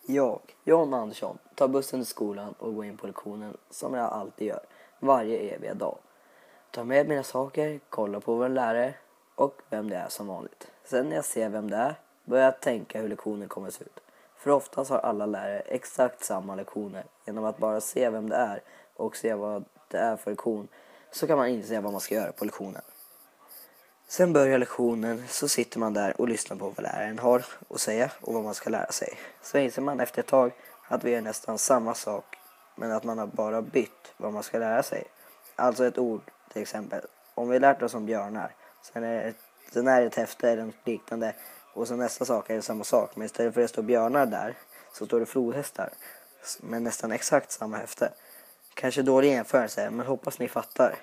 John Andersson, tar bussen till skolan och går in på lektionen som jag alltid gör, varje eviga dag. Tar med mina saker, kollar på vår lärare och vem det är som vanligt. Sen när jag ser vem det är, börjar jag tänka hur lektionen kommer att se ut. För oftast har alla lärare exakt samma lektioner. Genom att bara se vem det är och se vad det är för lektion, så kan man inse vad man ska göra på lektionen. Sen börjar lektionen, så sitter man där och lyssnar på vad läraren har att säga och vad man ska lära sig. Så inser man efter ett tag att vi gör nästan samma sak, men att man har bara bytt vad man ska lära sig. Alltså ett ord till exempel. Om vi lärt oss om björnar, sen är det ett häfte eller något liknande, och så nästa sak är det samma sak. Men istället för att det står björnar där, så står det flodhästar. Men nästan exakt samma häfte. Kanske dålig jämförelse, men hoppas ni fattar.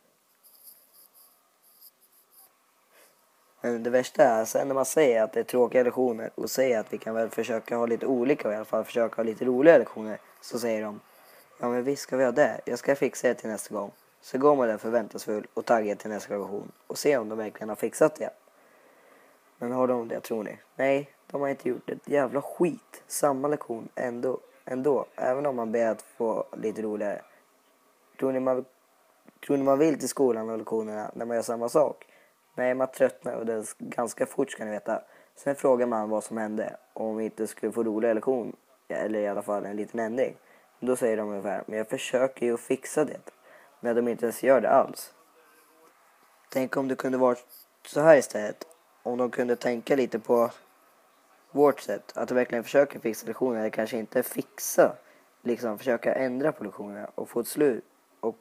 Men det värsta är sen när man säger att det är tråkiga lektioner och säger att vi kan väl försöka ha lite olika och i alla fall försöka ha lite roliga lektioner, så säger de: ja, men visst ska vi ha det, jag ska fixa det till nästa gång. Så går man där förväntansfull och taggad till nästa lektion och ser om de verkligen har fixat det. Men har de det, tror ni? Nej, de har inte gjort ett jävla skit. Samma lektion ändå även om man ber att få lite roligare. Tror ni man vill till skolan och lektionerna när man gör samma sak? Nej, man tröttnar och det är ganska fort, ska ni veta. Sen frågar man vad som hände, om vi inte skulle få roligare lektion, eller i alla fall en liten ändring. Då säger de ungefär: men jag försöker ju att fixa det. När de inte ens gör det alls. Tänk om det kunde vara så här istället. Om de kunde tänka lite på vårt sätt. Att de verkligen försöker fixa lektioner, eller kanske inte fixa. Liksom försöka ändra på lektionerna och få ett slut. Och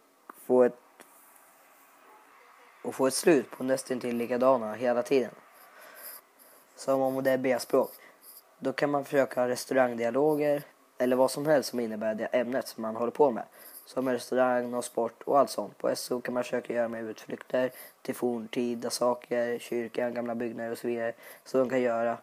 få ett slut på nästan till likadana hela tiden. Som om det är B-språk. Då kan man försöka restaurangdialoger eller vad som helst som innebär det ämnet som man håller på med. Som restaurang och sport och allt sånt. På SO kan man försöka göra med utflykter till forntida saker, kyrkan, gamla byggnader och så vidare. Så de kan göra.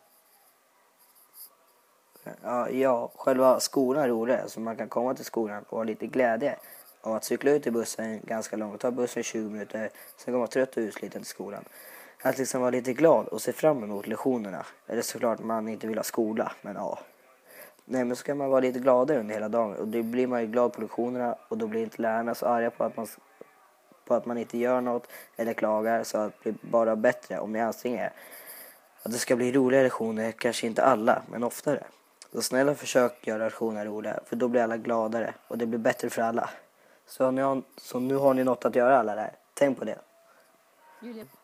Ja, själva skolan är roligare, så man kan komma till skolan och ha lite glädje av att cykla ut i bussen ganska långt. Ta bussen 20 minuter, sen går man trött och utsliten till skolan. Att liksom vara lite glad och se fram emot lektionerna. Eller såklart man inte vill ha skola, men ja. Nej, men så kan man vara lite gladare under hela dagen. Och då blir man ju glad på lektionerna, och då blir inte lärarna så arga på att man inte gör något eller klagar, så att det blir bara bättre om ni anstränger er. Att det ska bli roliga lektioner, kanske inte alla, men oftare. Så snälla försök göra lektioner roliga, för då blir alla gladare och det blir bättre för alla. Så nu har ni något att göra alla där. Tänk på det.